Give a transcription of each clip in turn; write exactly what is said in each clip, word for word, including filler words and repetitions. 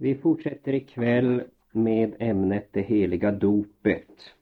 Vi fortsätter ikväll med ämnet det heliga dopet.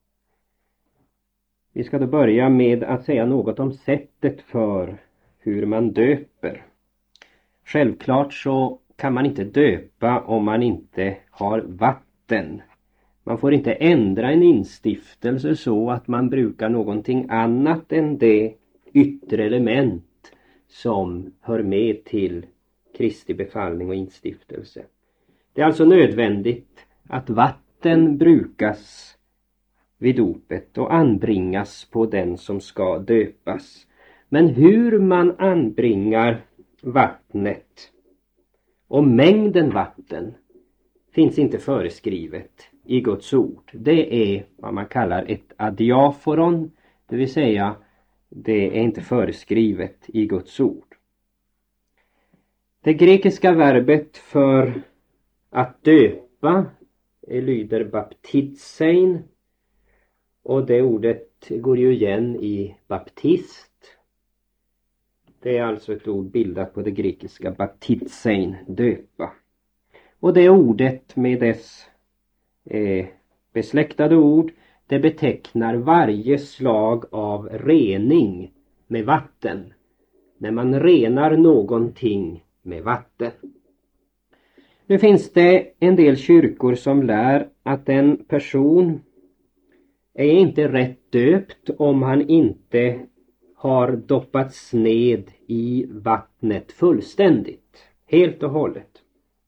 Vi ska då börja med att säga något om sättet för hur man döper. Självklart så kan man inte döpa om man inte har vatten. Man får inte ändra en instiftelse så att man brukar någonting annat än det yttre element som hör med till Kristi befallning och instiftelse. Det är alltså nödvändigt att vatten brukas vid dopet och anbringas på den som ska döpas. Men hur man anbringar vattnet och mängden vatten finns inte föreskrivet i Guds ord. Det är vad man kallar ett adiaforon, det vill säga det är inte föreskrivet i Guds ord. Det grekiska verbet för att döpa lyder baptizein, och det ordet går ju igen i baptist. Det är alltså ett ord bildat på det grekiska baptizein, döpa. Och det ordet med dess eh, besläktade ord, det betecknar varje slag av rening med vatten. När man renar någonting med vatten. Nu finns det en del kyrkor som lär att en person är inte rätt döpt om han inte har doppats ned i vattnet fullständigt, helt och hållet.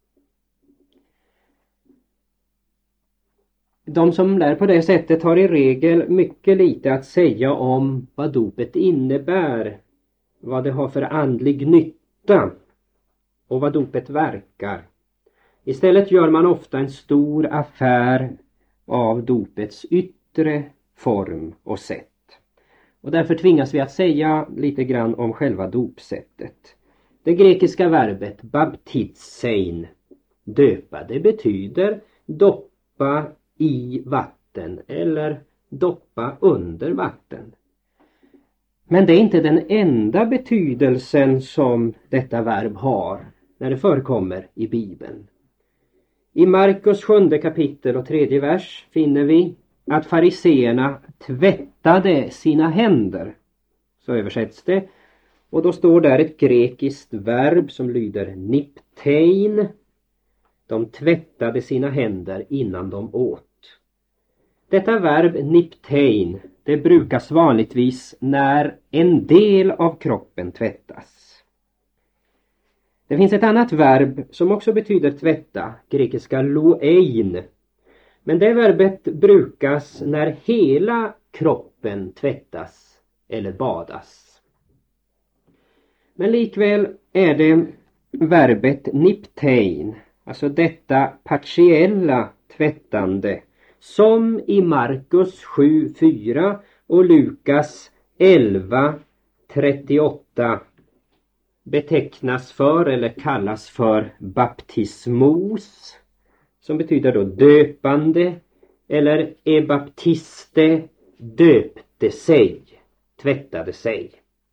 De som lär på det sättet har i regel mycket lite att säga om vad dopet innebär, vad det har för andlig nytta och vad dopet verkar. Istället gör man ofta en stor affär av dopets yttre form och sätt. Och därför tvingas vi att säga lite grann om själva dopsättet. Det grekiska verbet baptizein, döpa, det betyder doppa i vatten eller doppa under vatten. Men det är inte den enda betydelsen som detta verb har när det förekommer i Bibeln. I Markus sjunde kapitel och tredje vers finner vi att fariseerna tvättade sina händer. Så översätts det. Och då står där ett grekiskt verb som lyder niptein. De tvättade sina händer innan de åt. Detta verb niptein, det brukas vanligtvis när en del av kroppen tvättas. Det finns ett annat verb som också betyder tvätta, grekiska loein. Men det verbet brukas när hela kroppen tvättas eller badas. Men likväl är det verbet niptein, alltså detta partiella tvättande, som i Markus sju fyra och Lukas elva trettioåtta betecknas för eller kallas för baptismos, som betyder då döpande, eller ebaptiste, döpte sig, tvättade sig.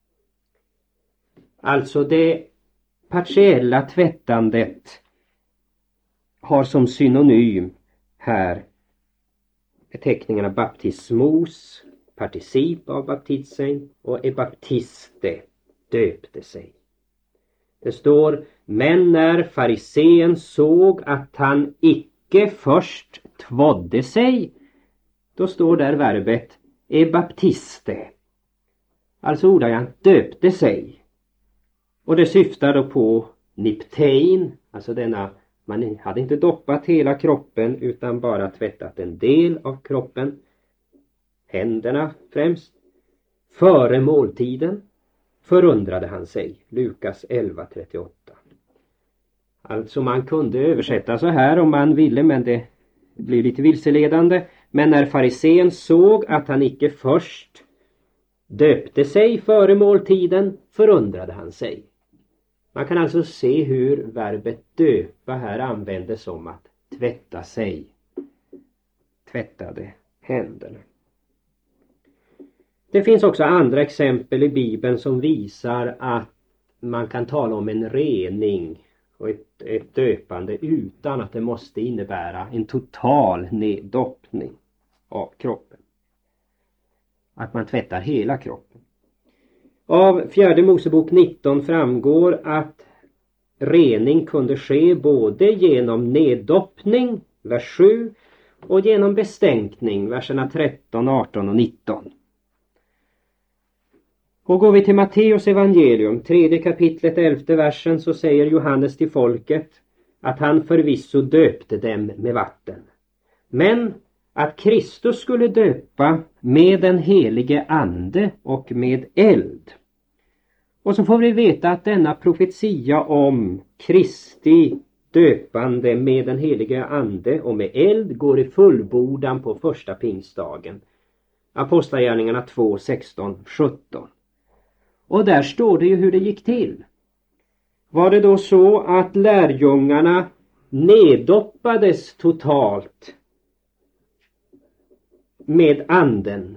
Alltså det partiella tvättandet har som synonym här beteckningarna baptismos, particip av baptizein, och ebaptiste, döpte sig. Det står, men när farisén såg att han icke först tvådde sig, då står där verbet ebaptiste, alltså ordagrant döpte sig. Och det syftar då på niptein, alltså denna, man hade inte doppat hela kroppen utan bara tvättat en del av kroppen, händerna främst. Före måltiden förundrade han sig, Lukas elva trettioåtta. Alltså man kunde översätta så här om man ville, men det blir lite vilseledande. Men när farisén såg att han icke först döpte sig före måltiden, förundrade han sig. Man kan alltså se hur verbet döpa här användes som att tvätta sig. Tvättade händerna. Det finns också andra exempel i Bibeln som visar att man kan tala om en rening och ett, ett döpande utan att det måste innebära en total neddoppning av kroppen. Att man tvättar hela kroppen. Av fjärde Mosebok nitton framgår att rening kunde ske både genom neddoppning, vers sju, och genom bestänkning, verserna tretton, arton och nitton. Och går vi till Matteus evangelium, tredje kapitlet, elfte versen, så säger Johannes till folket att han förvisso döpte dem med vatten. Men att Kristus skulle döpa med den helige ande och med eld. Och så får vi veta att denna profetia om Kristi döpande med den helige ande och med eld går i fullbordan på första pingstdagen. Apostlagärningarna två, sexton, sjutton. Och där står det ju hur det gick till. Var det då så att lärjungarna neddoppades totalt med anden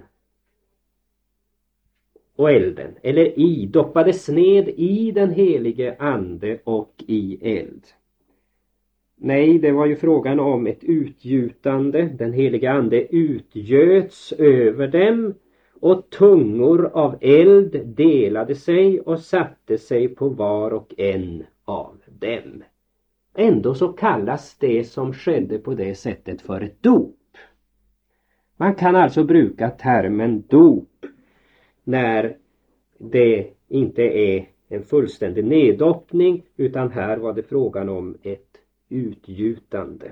och elden, eller i, doppades ned i den helige ande och i eld? Nej, det var ju frågan om ett utgjutande. Den helige ande utgöts över dem och tungor av eld delade sig och satte sig på var och en av dem. Ändå så kallas det som skedde på det sättet för ett dop. Man kan alltså bruka termen dop när det inte är en fullständig neddoppning, utan här var det frågan om ett utgjutande.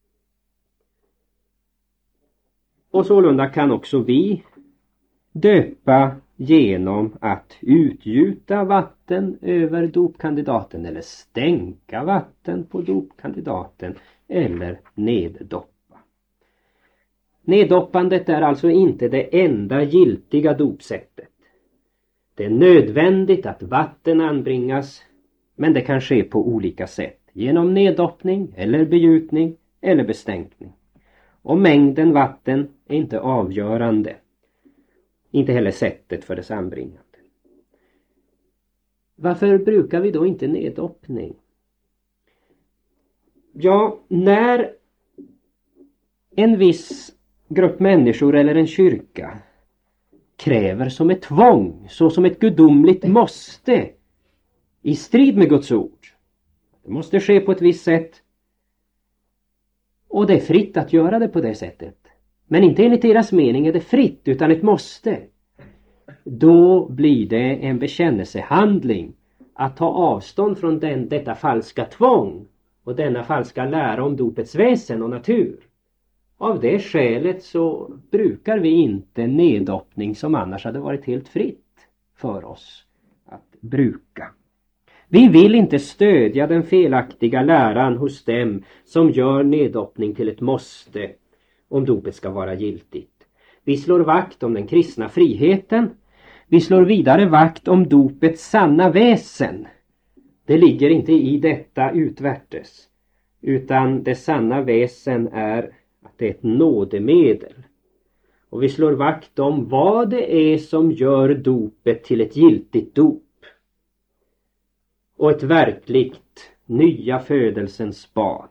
Och sålunda kan också vi döpa genom att utgjuta vatten över dopkandidaten eller stänka vatten på dopkandidaten eller neddoppa. Neddoppandet är alltså inte det enda giltiga dopsättet. Det är nödvändigt att vatten anbringas, men det kan ske på olika sätt. Genom neddoppning eller begjutning eller bestänkning. Och mängden vatten är inte avgörande. Inte heller sättet för dess anbringande. Varför brukar vi då inte neddoppning? Ja, när en viss grupp människor eller en kyrka kräver som ett tvång, så som ett gudomligt måste, i strid med Guds ord. Det måste ske på ett visst sätt. Och det är fritt att göra det på det sättet. Men inte enligt deras mening är det fritt, utan ett måste. Då blir det en bekännelsehandling att ta avstånd från den, detta falska tvång och denna falska lära om dopets väsen och natur. Av det skälet så brukar vi inte neddoppning som annars hade varit helt fritt för oss att bruka. Vi vill inte stödja den felaktiga läran hos dem som gör neddoppning till ett måste om dopet ska vara giltigt. Vi slår vakt om den kristna friheten. Vi slår vidare vakt om dopets sanna väsen. Det ligger inte i detta utvärtes, utan det sanna väsen är att det är ett nådemedel. Och vi slår vakt om vad det är som gör dopet till ett giltigt dop. Och ett verkligt nya födelsens bad.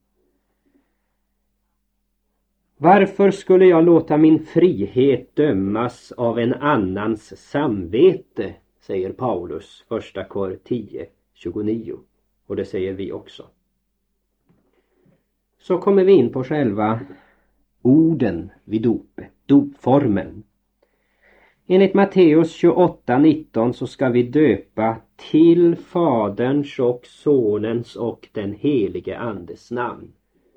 Varför skulle jag låta min frihet dömas av en annans samvete, säger Paulus, första Kor tio, tjugonio. Och det säger vi också. Så kommer vi in på själva orden vid dopet, dopformeln. Enligt Matteus tjugoåtta, nitton så ska vi döpa till Faderns och Sonens och den helige Andes namn.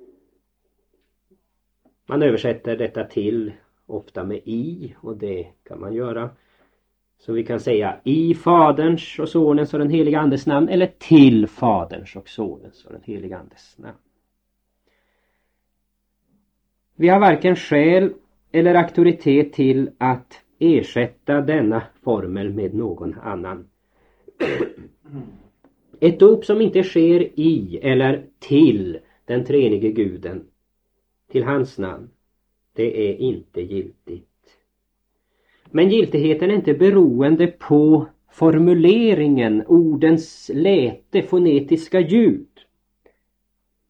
Man översätter detta till ofta med i, och det kan man göra. Så vi kan säga i Faderns och Sonens och den helige Andes namn, eller till Faderns och Sonens och den helige Andes namn. Vi har varken skäl eller auktoritet till att ersätta denna formel med någon annan. Ett dop som inte sker i eller till den treenige guden, till hans namn, det är inte giltigt. Men giltigheten är inte beroende på formuleringen, ordens läte, fonetiska ljud.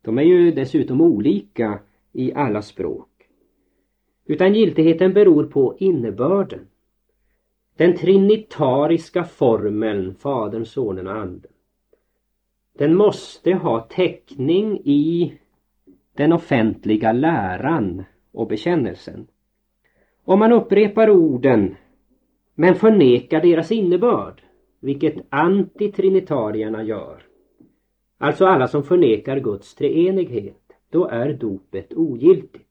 De är ju dessutom olika i alla språk. Utan giltigheten beror på innebörden. Den trinitariska formeln, Fadern, Sonen och Anden. Den måste ha täckning i den offentliga läran och bekännelsen. Om man upprepar orden men förnekar deras innebörd, vilket antitrinitarierna gör, alltså alla som förnekar Guds treenighet, då är dopet ogiltigt.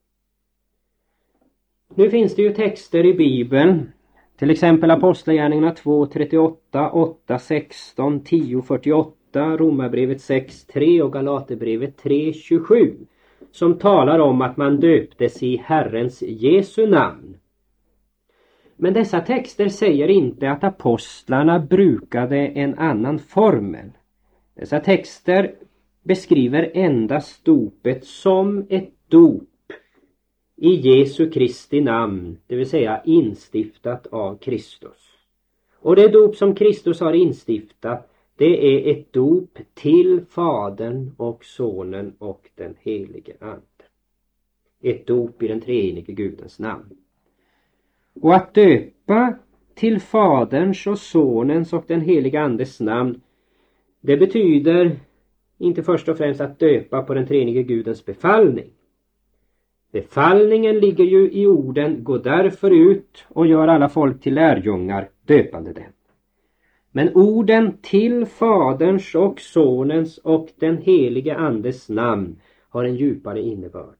Nu finns det ju texter i Bibeln, till exempel Apostlagärningarna två trettioåtta, åtta sexton, tio fyrtioåtta, Romarbrevet sex tre och Galaterbrevet tre tjugosju, som talar om att man döptes i Herrens Jesu namn. Men dessa texter säger inte att apostlarna brukade en annan formel. Dessa texter beskriver endast dopet som ett dop i Jesu Kristi namn, det vill säga instiftat av Kristus. Och det dop som Kristus har instiftat, det är ett dop till Fadern och Sonen och den helige Ande. Ett dop i den treenige Gudens namn. Och att döpa till Faderns och Sonens och den helige Andes namn, det betyder inte först och främst att döpa på den treenige Gudens befallning. Befallningen ligger ju i orden: gå därför ut och gör alla folk till lärjungar, döpande dem. Men orden till Faderns och Sonens och den helige Andes namn har en djupare innebörd.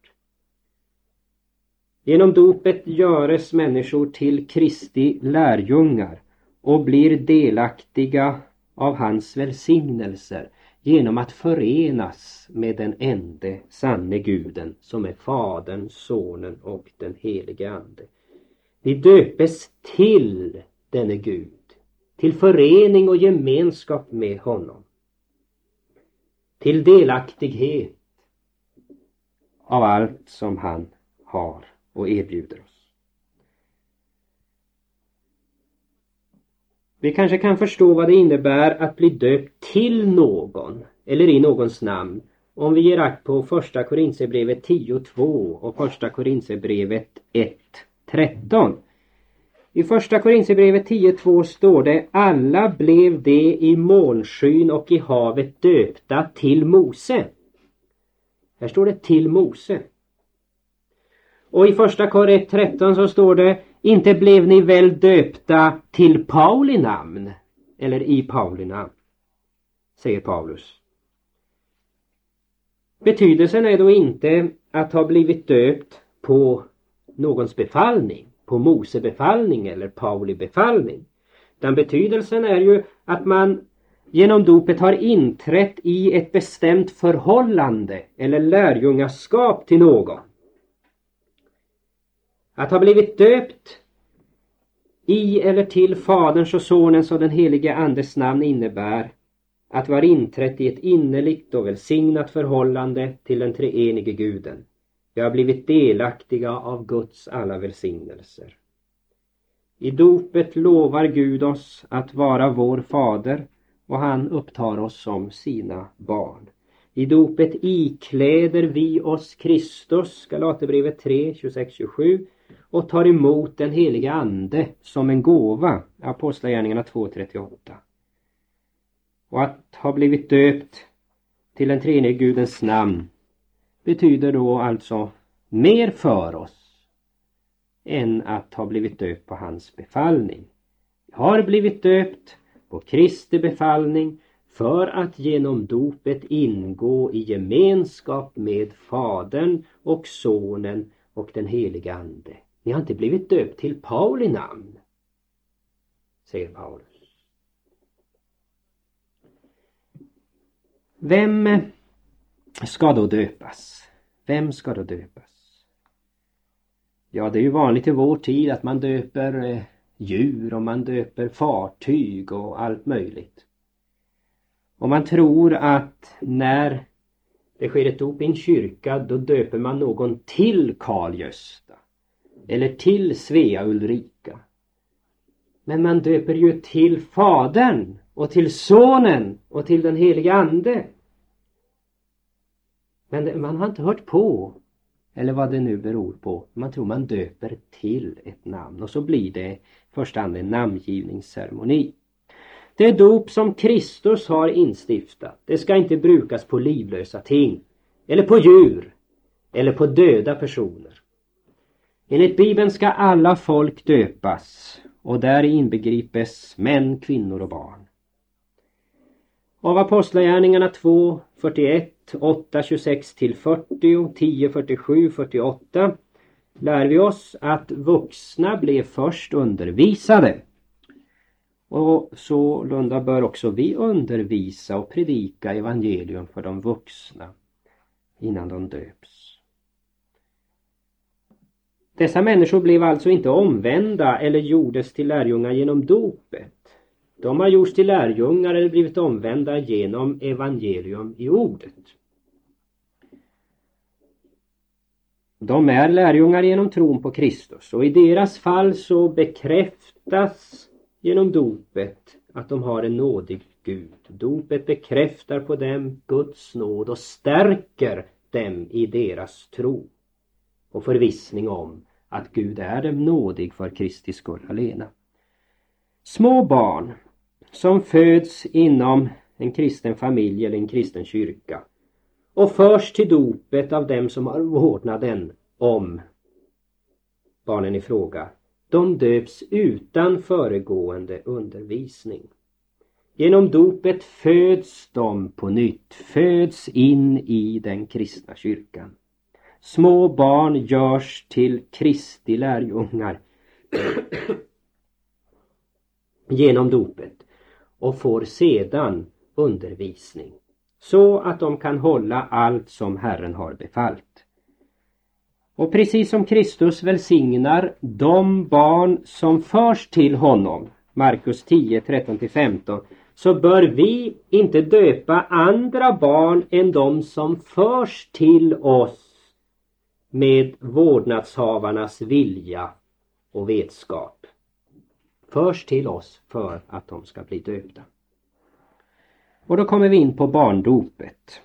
Genom dopet göres människor till Kristi lärjungar och blir delaktiga av hans välsignelser genom att förenas med den ende sanne Guden som är Fadern, Sonen och den helige Ande. Vi döpes till denne Gud, till förening och gemenskap med honom, till delaktighet av allt som han har och erbjuder oss. Vi kanske kan förstå vad det innebär att bli döpt till någon eller i någons namn om vi ger akt på första Korinthierbrevet tio två och första Korinthierbrevet ett tretton. I första Korinthierbrevet tio två står det: alla blev det i molnskyn och i havet döpta till Mose. Här står det till Mose. Och i första Kor ett tretton så står det: inte blev ni väl döpta till Pauli namn, eller i Pauli namn, säger Paulus. Betydelsen är då inte att ha blivit döpt på någons befallning, på Mose befallning eller Pauli befallning. Den betydelsen är ju att man genom dopet har inträtt i ett bestämt förhållande eller lärjungaskap till någon. Att ha blivit döpt i eller till Faderns och Sonens och den helige Andes namn innebär att vi har inträtt i ett innerligt och välsignat förhållande till den treenige Guden. Vi har blivit delaktiga av Guds alla välsignelser. I dopet lovar Gud oss att vara vår fader och han upptar oss som sina barn. I dopet ikläder vi oss Kristus, Galaterbrevet tre tjugosex tjugosju, och tar emot den heliga Ande som en gåva, Apostlagärningarna två trettioåtta. Och att ha blivit döpt till den treenige Gudens namn betyder då alltså mer för oss än att ha blivit döpt på hans befallning. Vi har blivit döpt på Kristi befallning för att genom dopet ingå i gemenskap med Fadern och Sonen och den helige Ande. Ni har inte blivit döpt till Pauli namn, säger Paulus. Vem ska då döpas? Vem ska då döpas? Ja, det är ju vanligt i vår tid att man döper djur och man döper fartyg och allt möjligt. Och man tror att när det sker ett dop i en kyrka, då döper man någon till Karl Gösta eller till Svea Ulrika. Men man döper ju till Fadern och till Sonen och till den helige Ande. Men man har inte hört på, eller vad det nu beror på. Man tror man döper till ett namn och så blir det i första hand en namngivningsceremoni. Det dop som Kristus har instiftat, det ska inte brukas på livlösa ting, eller på djur, eller på döda personer. Enligt Bibeln ska alla folk döpas, och där inbegripes män, kvinnor och barn. Av Apostlagärningarna två fyrtioett, åtta tjugosex till fyrtio, tio fyrtiosju fyrtioåtta lär vi oss att vuxna blev först undervisade. Och sålunda bör också vi undervisa och predika evangelium för de vuxna innan de döps. Dessa människor blev alltså inte omvända eller gjordes till lärjungar genom dopet. De har gjorts till lärjungar eller blivit omvända genom evangelium i ordet. De är lärjungar genom tron på Kristus, och i deras fall så bekräftas genom dopet att de har en nådig Gud. Dopet bekräftar på dem Guds nåd och stärker dem i deras tro och förvissning om att Gud är dem nådig för Kristi skull alena. Små barn som föds inom en kristen familj eller en kristen kyrka och förs till dopet av dem som har vårdnaden om barnen i fråga, de döps utan föregående undervisning. Genom dopet föds de på nytt, föds in i den kristna kyrkan. Små barn görs till Kristi lärjungar genom dopet och får sedan undervisning, så att de kan hålla allt som Herren har befallt. Och precis som Kristus välsignar de barn som förs till honom, Markus tio tretton till femton, så bör vi inte döpa andra barn än de som förs till oss med vårdnadshavarnas vilja och vetskap. Förs till oss för att de ska bli döpta. Och då kommer vi in på barndopet.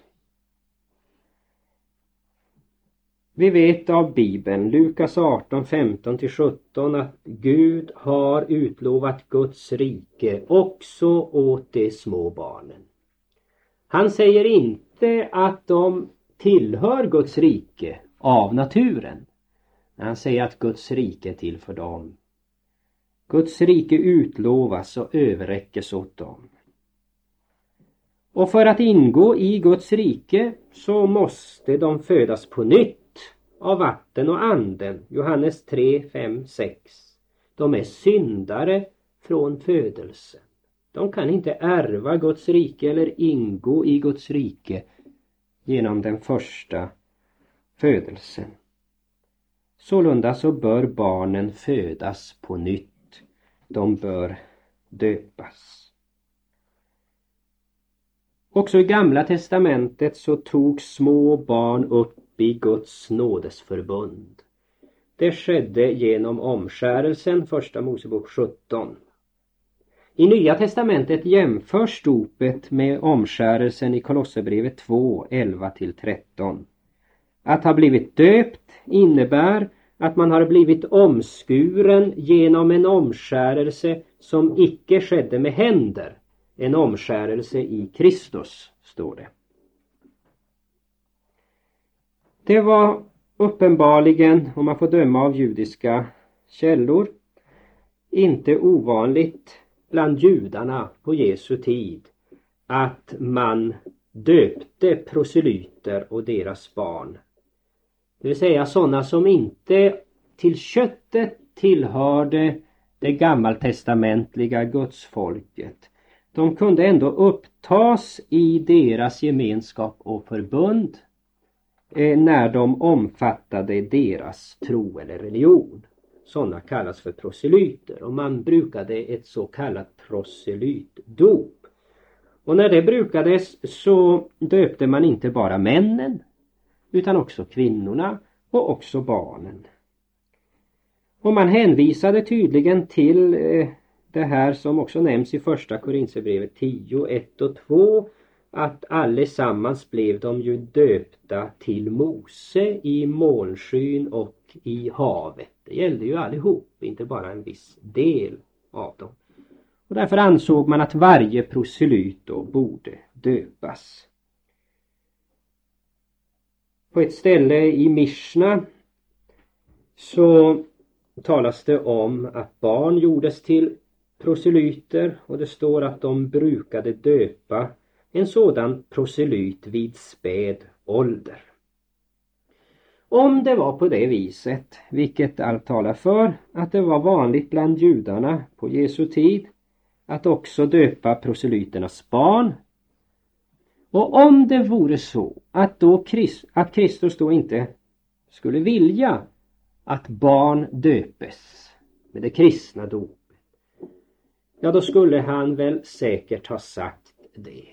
Vi vet av Bibeln, Lukas arton femton till sjutton, att Gud har utlovat Guds rike också åt de små barnen. Han säger inte att de tillhör Guds rike av naturen. Han säger att Guds rike är till för dem. Guds rike utlovas och överräckes åt dem. Och för att ingå i Guds rike så måste de födas på nytt av vatten och anden. Johannes tre fem sex. De är syndare från födelsen. De kan inte ärva Guds rike eller ingå i Guds rike genom den första födelsen. Sålunda så bör barnen födas på nytt. De bör döpas. Också i Gamla testamentet så tog små barn upp i Guds nådesförbund. Det skedde genom omskärelsen, första Mosebok sjutton. I Nya testamentet jämförs dopet med omskärelsen i Kolosserbrevet två elva till tretton. Att ha blivit döpt innebär att man har blivit omskuren genom en omskärelse som icke skedde med händer. En omskärelse i Kristus, står det. Det var uppenbarligen, om man får döma av judiska källor, inte ovanligt bland judarna på Jesu tid att man döpte proselyter och deras barn. Det vill säga sådana som inte till köttet tillhörde det gammaltestamentliga gudsfolket. De kunde ändå upptas i deras gemenskap och förbund eh, när de omfattade deras tro eller religion. Sådana kallas för proselyter, och man brukade ett så kallat proselytdop. Och när det brukades så döpte man inte bara männen utan också kvinnorna och också barnen. Och man hänvisade tydligen till eh, det här som också nämns i första Korinthierbrevet tio ett och två, att allesammans blev de ju döpta till Mose i molnskyn och i havet. Det gällde ju allihop, inte bara en viss del av dem. Och därför ansåg man att varje proselyt då borde döpas. På ett ställe i Mishna så talas det om att barn gjordes till proselyter, och det står att de brukade döpa en sådan proselyt vid späd ålder. Om det var på det viset, vilket allt talar för, att det var vanligt bland judarna på Jesu tid att också döpa proselyternas barn, och om det vore så att, då Christ, att Kristus då inte skulle vilja att barn döpes med det kristna dopet, ja då skulle han väl säkert ha sagt det.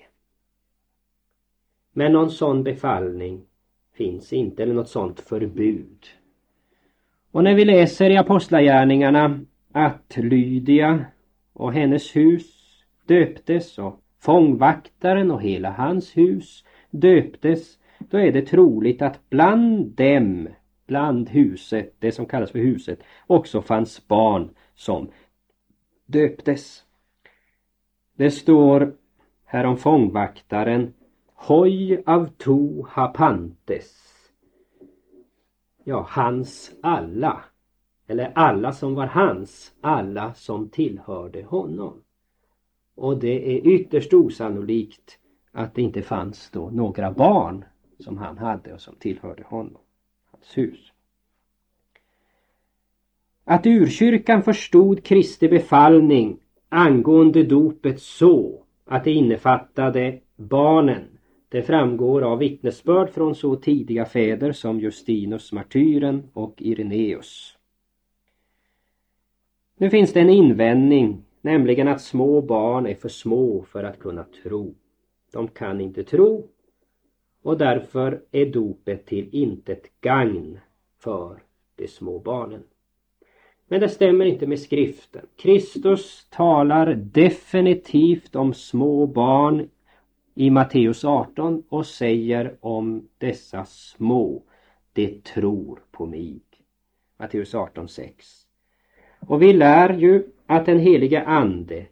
Men någon sån befallning finns inte, eller något sånt förbud. Och när vi läser i Apostlagärningarna att Lydia och hennes hus döptes och fångvaktaren och hela hans hus döptes, då är det troligt att bland dem, bland huset, det som kallas för huset, också fanns barn som döptes. Det står här om fångvaktaren: hoi av to hapantes. Ja, hans alla. Eller alla som var hans. Alla som tillhörde honom. Och det är ytterst osannolikt att det inte fanns då några barn som han hade och som tillhörde honom. Hans hus. Att urkyrkan förstod Kristi befallning angående dopet så att det innefattade barnen, det framgår av vittnesbörd från så tidiga fäder som Justinus martyren och Irenaeus. Nu finns det en invändning, nämligen att små barn är för små för att kunna tro. De kan inte tro, och därför är dopet till intet gagn för de små barnen. Men det stämmer inte med skriften. Kristus talar definitivt om små barn i Matteus arton och säger om dessa små: de tror på mig. Matteus arton sex. Och vi lär ju att den helige ande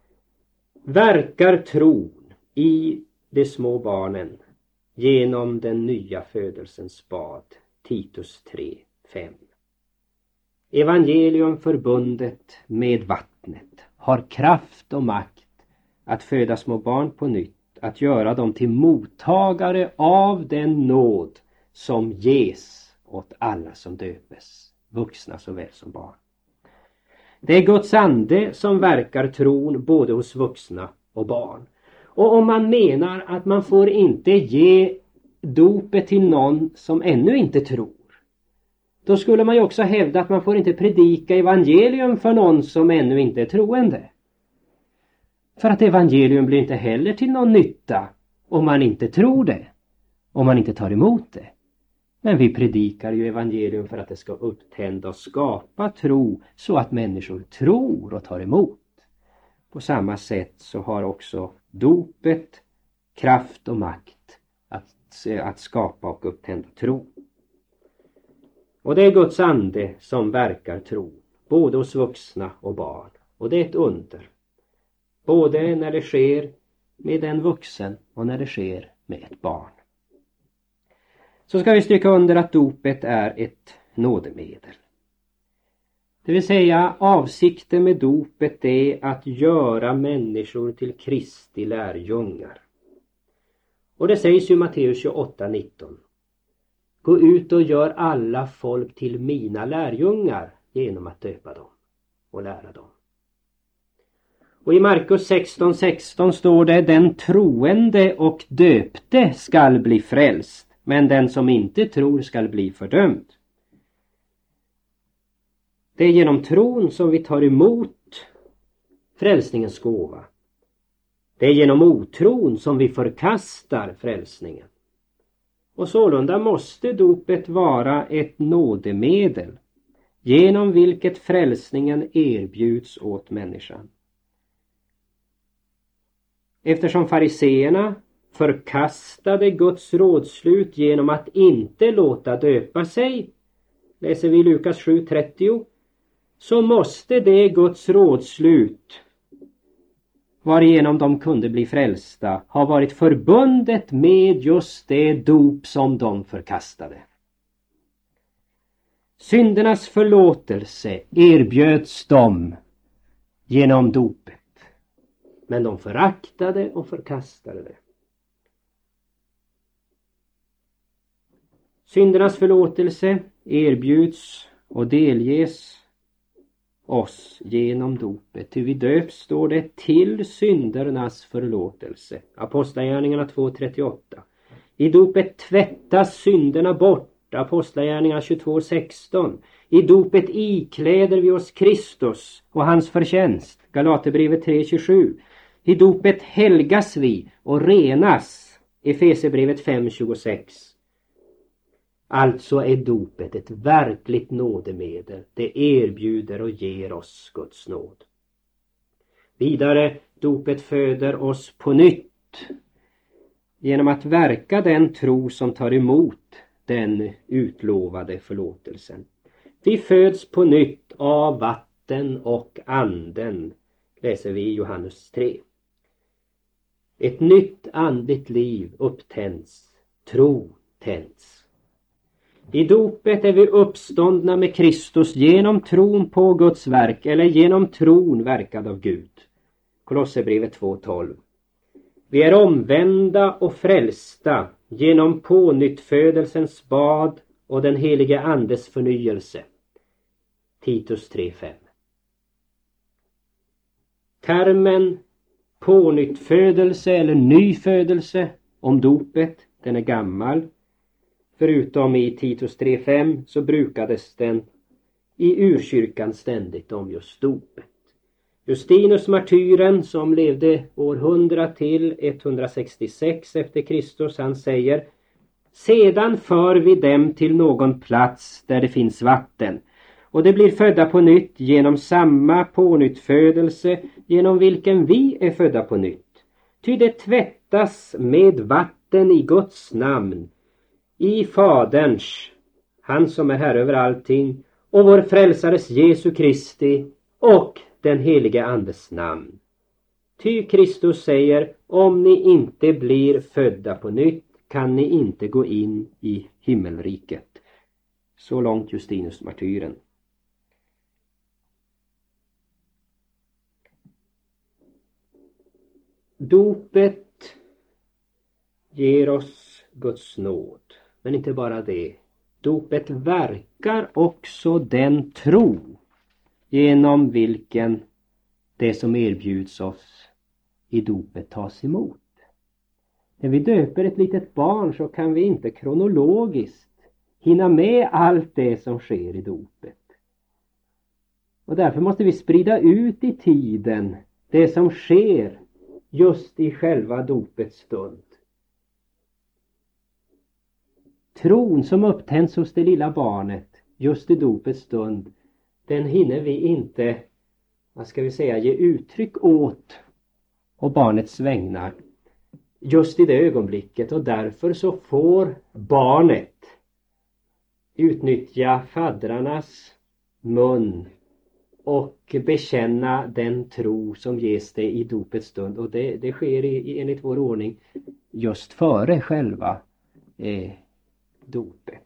verkar tron i de små barnen genom den nya födelsens bad. Titus tre fem. Evangelium förbundet med vattnet har kraft och makt att föda små barn på nytt, att göra dem till mottagare av den nåd som ges åt alla som döpes, vuxna såväl som barn. Det är Guds ande som verkar tron både hos vuxna och barn. Och om man menar att man får inte ge dopet till någon som ännu inte tror, då skulle man ju också hävda att man får inte predika evangelium för någon som ännu inte är troende. För att evangelium blir inte heller till någon nytta om man inte tror det, om man inte tar emot det. Men vi predikar ju evangelium för att det ska upptända och skapa tro, så att människor tror och tar emot. På samma sätt så har också dopet kraft och makt att, att skapa och upptända tro. Och det är Guds ande som verkar tro, både hos vuxna och barn. Och det är ett under. Både när det sker med en vuxen och när det sker med ett barn. Så ska vi stryka under att dopet är ett nådemedel. Det vill säga, avsikten med dopet är att göra människor till Kristi lärjungar. Och det sägs ju i Matteus tjugoåtta nitton. Gå ut och gör alla folk till mina lärjungar genom att döpa dem och lära dem. Och i Markus sexton sexton står det: den troende och döpte skall bli frälst, men den som inte tror skall bli fördömd. Det är genom tron som vi tar emot frälsningens gåva. Det är genom otron som vi förkastar frälsningen. Och sålunda måste dopet vara ett nådemedel, genom vilket frälsningen erbjuds åt människan. Eftersom fariseerna förkastade Guds rådslut genom att inte låta döpa sig, läser vi Lukas sju trettio, så måste det Guds rådslut varigenom de kunde bli frälsta ha varit förbundet med just det dop som de förkastade. Syndernas förlåtelse erbjöds dem genom dopet, men de föraktade och förkastade det. Syndernas förlåtelse erbjuds och delges oss genom dopet. Ty vi döps, står det, till syndernas förlåtelse. Apostlagärningarna två trettioåtta. I dopet tvättas synderna bort. Apostlagärningarna tjugotvå sexton. I dopet ikläder vi oss Kristus och hans förtjänst. Galaterbrevet tre tjugosju. I dopet helgas vi och renas. Efesierbrevet fem tjugosex. Alltså är dopet ett verkligt nådemedel. Det erbjuder och ger oss Guds nåd. Vidare, dopet föder oss på nytt genom att verka den tro som tar emot den utlovade förlåtelsen. Vi föds på nytt av vatten och anden, läser vi i Johannes tre. Ett nytt andligt liv upptänds, tro tänds. I dopet är vi uppståndna med Kristus genom tron på Guds verk eller genom tron verkad av Gud. Kolosserbrevet två tolv. Vi är omvända och frälsta genom pånyttfödelsens bad och den helige andes förnyelse. Titus tre fem. Termen pånyttfödelse eller nyfödelse om dopet, den är gammal. Förutom i Titus tre fem så brukades den i urkyrkan ständigt om just dopet. Justinus martyren, som levde år hundra till etthundrasextiosex efter Kristus, han säger: sedan för vi dem till någon plats där det finns vatten, och det blir födda på nytt genom samma pånyttfödelse genom vilken vi är födda på nytt. Ty det tvättas med vatten i Guds namn, i Faderns, han som är här över allting, och vår frälsares Jesu Kristi och den helige andes namn. Ty Kristus säger: om ni inte blir födda på nytt kan ni inte gå in i himmelriket. Så långt Justinus martyren. Dopet ger oss Guds nåd. Men inte bara det. Dopet verkar också den tro genom vilken det som erbjuds oss i dopet tas emot. När vi döper ett litet barn så kan vi inte kronologiskt hinna med allt det som sker i dopet. Och därför måste vi sprida ut i tiden det som sker just i själva dopets stund. Tron som upptänds hos det lilla barnet just i dopets stund, den hinner vi inte, vad ska vi säga, ge uttryck åt och barnets vägnar just i det ögonblicket, och därför så får barnet utnyttja faddrarnas mun och bekänna den tro som ges det i dopets stund, och det, det sker i, i, enligt vår ordning just före själva eh, dopet.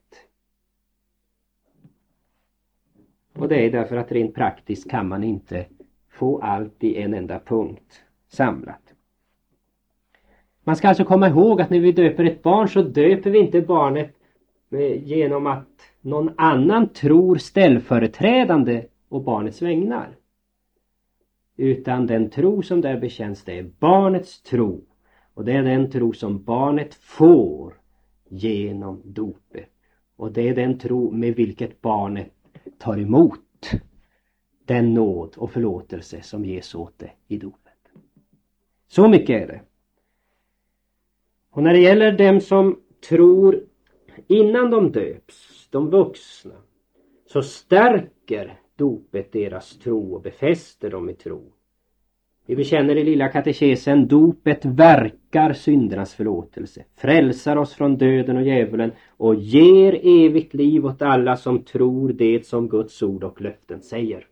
Och det är därför att rent praktiskt kan man inte få allt i en enda punkt samlat. Man ska alltså komma ihåg att när vi döper ett barn så döper vi inte barnet genom att någon annan tror ställföreträdande och barnets vägnar. Utan den tro som där bekänns, det är barnets tro. Och det är den tro som barnet får genom dopet. Och det är den tro med vilket barnet tar emot den nåd och förlåtelse som ges åt det i dopet. Så mycket är det. Och när det gäller dem som tror innan de döps, de vuxna, så stärker dopet deras tro och befäster dem i tro. Vi bekänner i lilla katekesen: dopet verkar syndernas förlåtelse, frälsar oss från döden och djävulen och ger evigt liv åt alla som tror det som Guds ord och löften säger.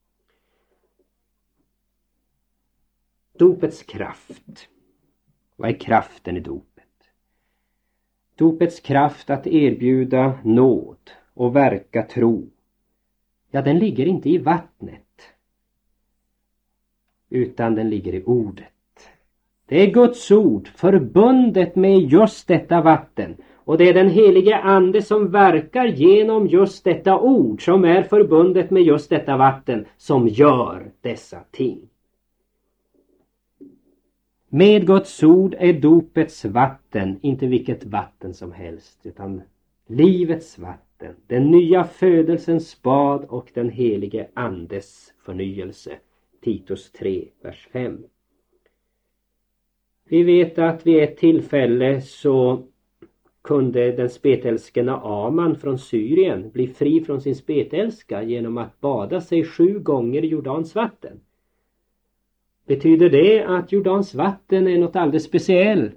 Dopets kraft. Vad är kraften i dopet? Dopets kraft att erbjuda nåd och verka tro. Ja, den ligger inte i vattnet, utan den ligger i ordet. Det är Guds ord förbundet med just detta vatten. Och det är den helige ande som verkar genom just detta ord som är förbundet med just detta vatten som gör dessa ting. Med Guds ord är dopets vatten inte vilket vatten som helst, utan livets vatten, den nya födelsens bad och den helige andes förnyelse. Titus tre, vers fem. Vi vet att vid ett tillfälle så kunde den spetälske Naaman från Syrien bli fri från sin spetälska genom att bada sig sju gånger i Jordans vatten. Betyder det att Jordans vatten är något alldeles speciellt?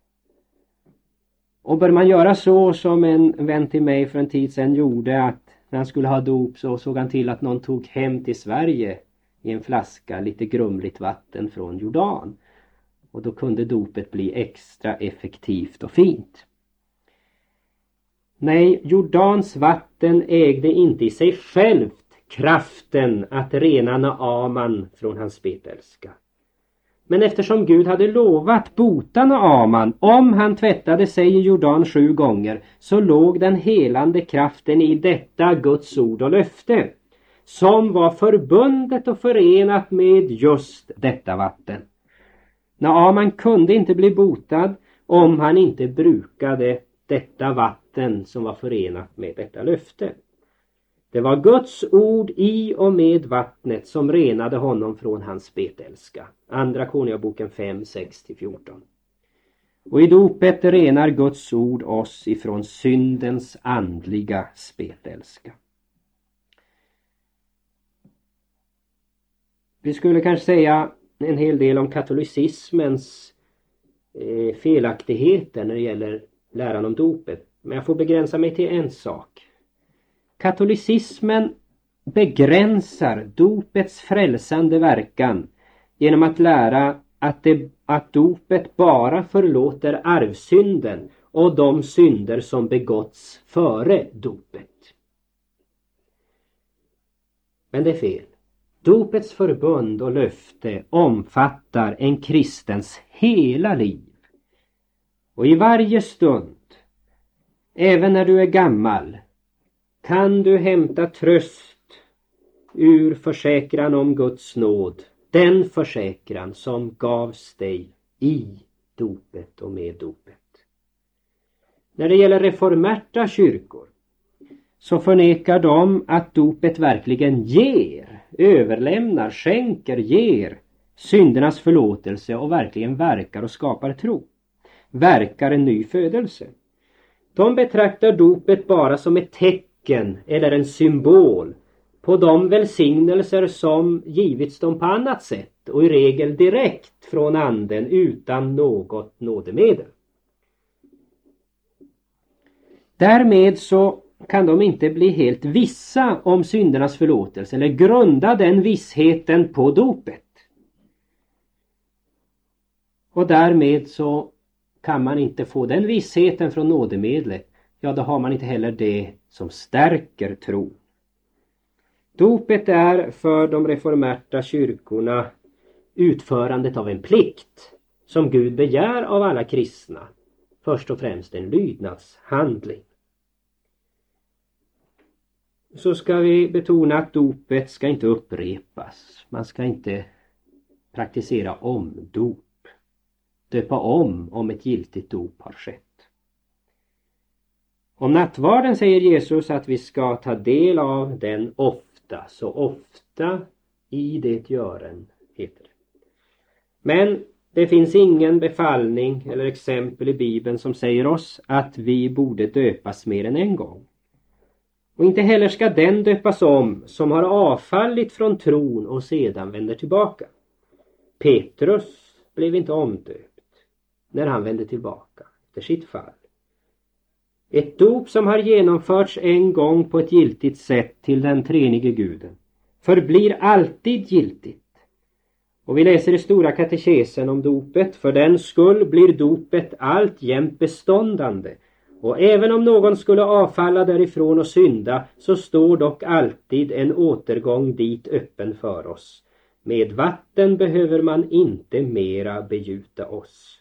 Och bör man göra så som en vän till mig för en tid sedan gjorde, att när han skulle ha dop så såg han till att någon tog hem till Sverige i en flaska lite grumligt vatten från Jordan. Och då kunde dopet bli extra effektivt och fint. Nej, Jordans vatten ägde inte i sig självt kraften att rena Naaman från hans spetälska. Men eftersom Gud hade lovat bota Naaman om han tvättade sig i Jordan sju gånger, så låg den helande kraften i detta Guds ord och löfte, som var förbundet och förenat med just detta vatten. Naaman kunde inte bli botad om han inte brukade detta vatten som var förenat med detta löfte. Det var Guds ord i och med vattnet som renade honom från hans spetälska. Andra Konungaboken fem, sex till fjorton. Och i dopet renar Guds ord oss ifrån syndens andliga spetälska. Vi skulle kanske säga en hel del om katolicismens eh, felaktigheter när det gäller läran om dopet. Men jag får begränsa mig till en sak. Katolicismen begränsar dopets frälsande verkan genom att lära att, det, att dopet bara förlåter arvsynden och de synder som begåtts före dopet. Men det är fel. Dopets förbund och löfte omfattar en kristens hela liv. Och i varje stund, även när du är gammal, kan du hämta tröst ur försäkran om Guds nåd. Den försäkran som gavs dig i dopet och med dopet. När det gäller reformerta kyrkor så förnekar de att dopet verkligen ger, överlämnar, skänker, ger syndernas förlåtelse och verkligen verkar och skapar tro. Verkar en ny födelse. De betraktar dopet bara som ett tecken eller en symbol på de välsignelser som givits dem på annat sätt och i regel direkt från anden utan något nådemedel. Därmed så kan de inte bli helt vissa om syndernas förlåtelse eller grunda den vissheten på dopet. Och därmed så kan man inte få den vissheten från nådemedlet. Ja, då har man inte heller det som stärker tro. Dopet är för de reformerta kyrkorna utförandet av en plikt som Gud begär av alla kristna. Först och främst en lydnadshandling. Så ska vi betona att dopet ska inte upprepas. Man ska inte praktisera omdop. Döpa om om ett giltigt dop har skett. Om nattvarden säger Jesus att vi ska ta del av den ofta, så ofta i det gören heter det. Men det finns ingen befallning eller exempel i Bibeln som säger oss att vi borde döpas mer än en gång. Och inte heller ska den döpas om som har avfallit från tron och sedan vänder tillbaka. Petrus blev inte omdöpt när han vände tillbaka efter sitt fall. Ett dop som har genomförts en gång på ett giltigt sätt till den treenige guden förblir alltid giltigt. Och vi läser i stora katekesen om dopet: för den skull blir dopet alltjämt beståndande. Och även om någon skulle avfalla därifrån och synda, så står dock alltid en återgång dit öppen för oss. Med vatten behöver man inte mera begjuta oss.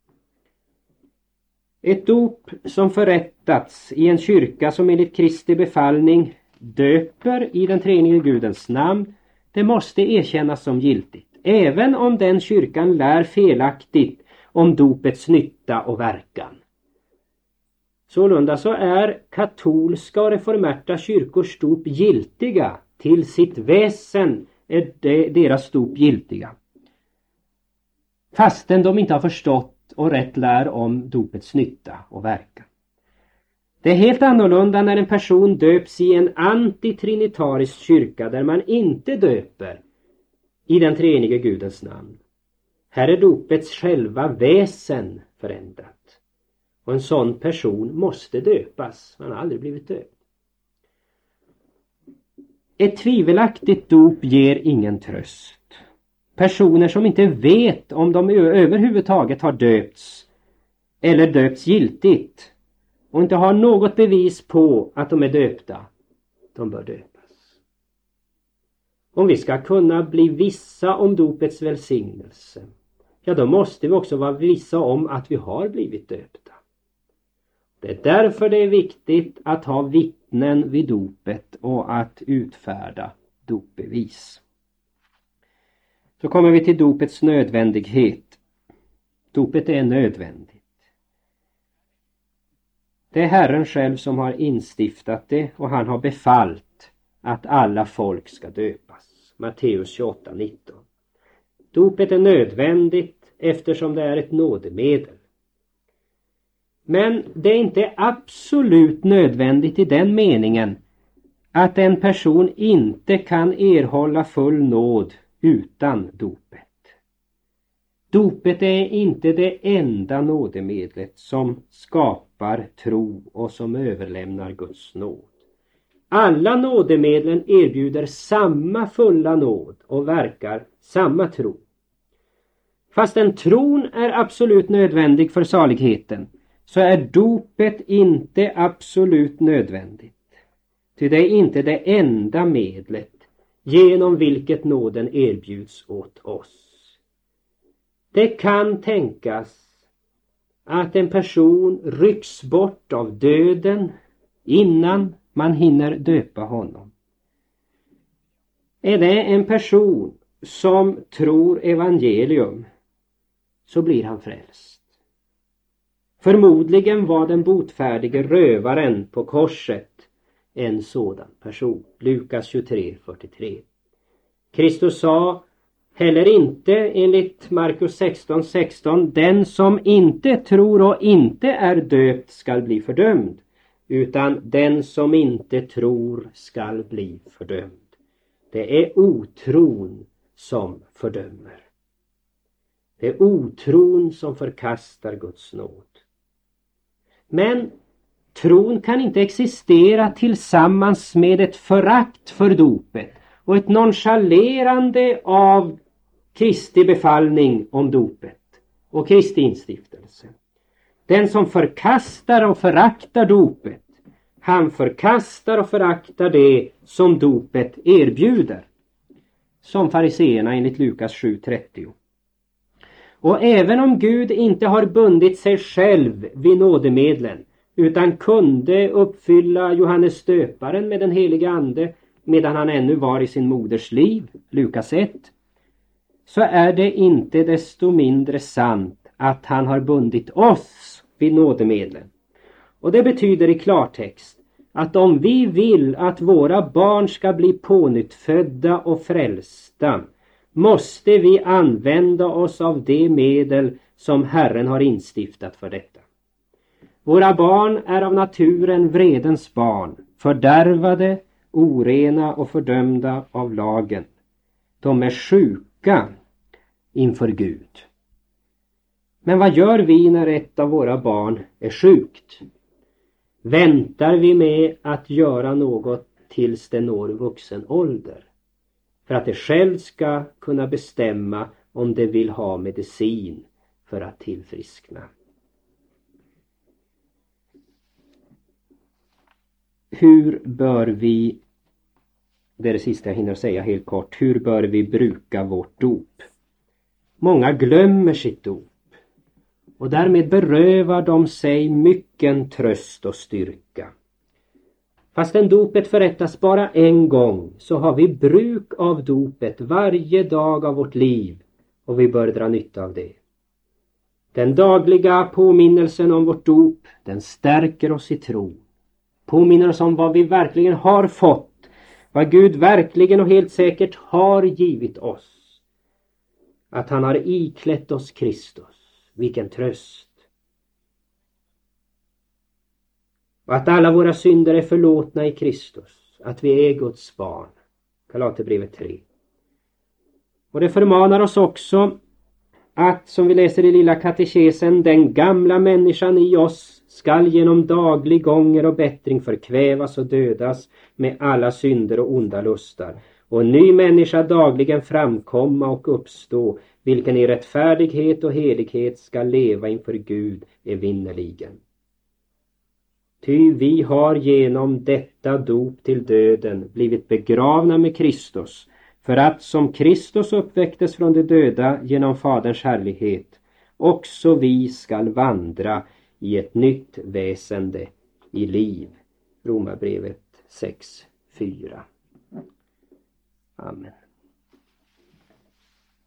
Ett dop som förrättats i en kyrka som enligt Kristi befallning döper i den treenige Gudens namn, det måste erkännas som giltigt, även om den kyrkan lär felaktigt om dopets nytta och verkan. Sålunda så är katolska och reformerta kyrkors dop giltiga, till sitt väsen är deras dop giltiga, fastän de inte har förstått och rätt lär om dopets nytta och verkan. Det är helt annorlunda när en person döps i en antitrinitarisk kyrka där man inte döper i den treenige Gudens namn. Här är dopets själva väsen förändrat. Och en sån person måste döpas. Man har aldrig blivit döpt. Ett tvivelaktigt dop ger ingen tröst. Personer som inte vet om de överhuvudtaget har döpts eller döpts giltigt och inte har något bevis på att de är döpta, de bör döpas. Om vi ska kunna bli vissa om dopets välsignelse, ja då måste vi också vara vissa om att vi har blivit döpta. Det är därför det är viktigt att ha vittnen vid dopet och att utfärda dopbevis. Så kommer vi till dopets nödvändighet. Dopet är nödvändigt. Det är Herren själv som har instiftat det och han har befallt att alla folk ska döpas. Matteus tjugoåtta nitton. Dopet är nödvändigt eftersom det är ett nådemedel. Men det är inte absolut nödvändigt i den meningen att en person inte kan erhålla full nåd utan dopet. Dopet är inte det enda nådemedlet som skapar tro och som överlämnar Guds nåd. Alla nådemedlen erbjuder samma fulla nåd och verkar samma tro. Fast en tron är absolut nödvändig för saligheten, så är dopet inte absolut nödvändigt. Ty det är inte det enda medlet genom vilket nåden erbjuds åt oss. Det kan tänkas att en person rycks bort av döden innan man hinner döpa honom. Är det en person som tror evangelium, så blir han frälst. Förmodligen var den botfärdige rövaren på korset en sådan person. Lukas tjugotre fyrtiotre. Kristus sa heller inte enligt Markus sexton sexton: den som inte tror och inte är döpt skall bli fördömd, utan den som inte tror skall bli fördömd. Det är otron som fördömer. Det är otron som förkastar Guds nåd. Men tron kan inte existera tillsammans med ett förakt för dopet och ett nonchalerande av Kristi befallning om dopet och Kristi instiftelse. Den som förkastar och föraktar dopet, han förkastar och föraktar det som dopet erbjuder. Som fariseerna enligt Lukas sju trettio. Och även om Gud inte har bundit sig själv vid nådemedlen, utan kunde uppfylla Johannes döparen med den heliga ande medan han ännu var i sin moders liv, Lukas ett, så är det inte desto mindre sant att han har bundit oss vid nådemedlen. Och det betyder i klartext att om vi vill att våra barn ska bli pånyttfödda och frälsta, måste vi använda oss av de medel som Herren har instiftat för detta. Våra barn är av naturen vredens barn, fördärvade, orena och fördömda av lagen. De är sjuka inför Gud. Men vad gör vi när ett av våra barn är sjukt? Väntar vi med att göra något tills det når vuxen ålder? För att det själv ska kunna bestämma om det vill ha medicin för att tillfriskna. Hur bör vi, det är det sista jag hinner säga helt kort, hur bör vi bruka vårt dop? Många glömmer sitt dop och därmed berövar de sig mycken tröst och styrka. Fastän dopet förrättas bara en gång så har vi bruk av dopet varje dag av vårt liv och vi bör dra nytta av det. Den dagliga påminnelsen om vårt dop, den stärker oss i tro. Påminner oss om vad vi verkligen har fått, vad Gud verkligen och helt säkert har givit oss. Att han har iklätt oss Kristus, vilken tröst. Och att alla våra synder är förlåtna i Kristus, att vi är Guds barn. Galaterbrevet tre. Och det förmanar oss också att, som vi läser i lilla katekesen, den gamla människan i oss skall genom daglig gånger och bättring förkvävas och dödas med alla synder och onda lustar. Och en ny människa dagligen framkomma och uppstå, vilken i rättfärdighet och helighet skall leva inför Gud evinnerligen. Ty vi har genom detta dop till döden blivit begravna med Kristus, för att som Kristus uppväcktes från de döda genom Faderns härlighet, också vi skall vandra i ett nytt väsende i liv. Romarbrevet sex fyra. Amen.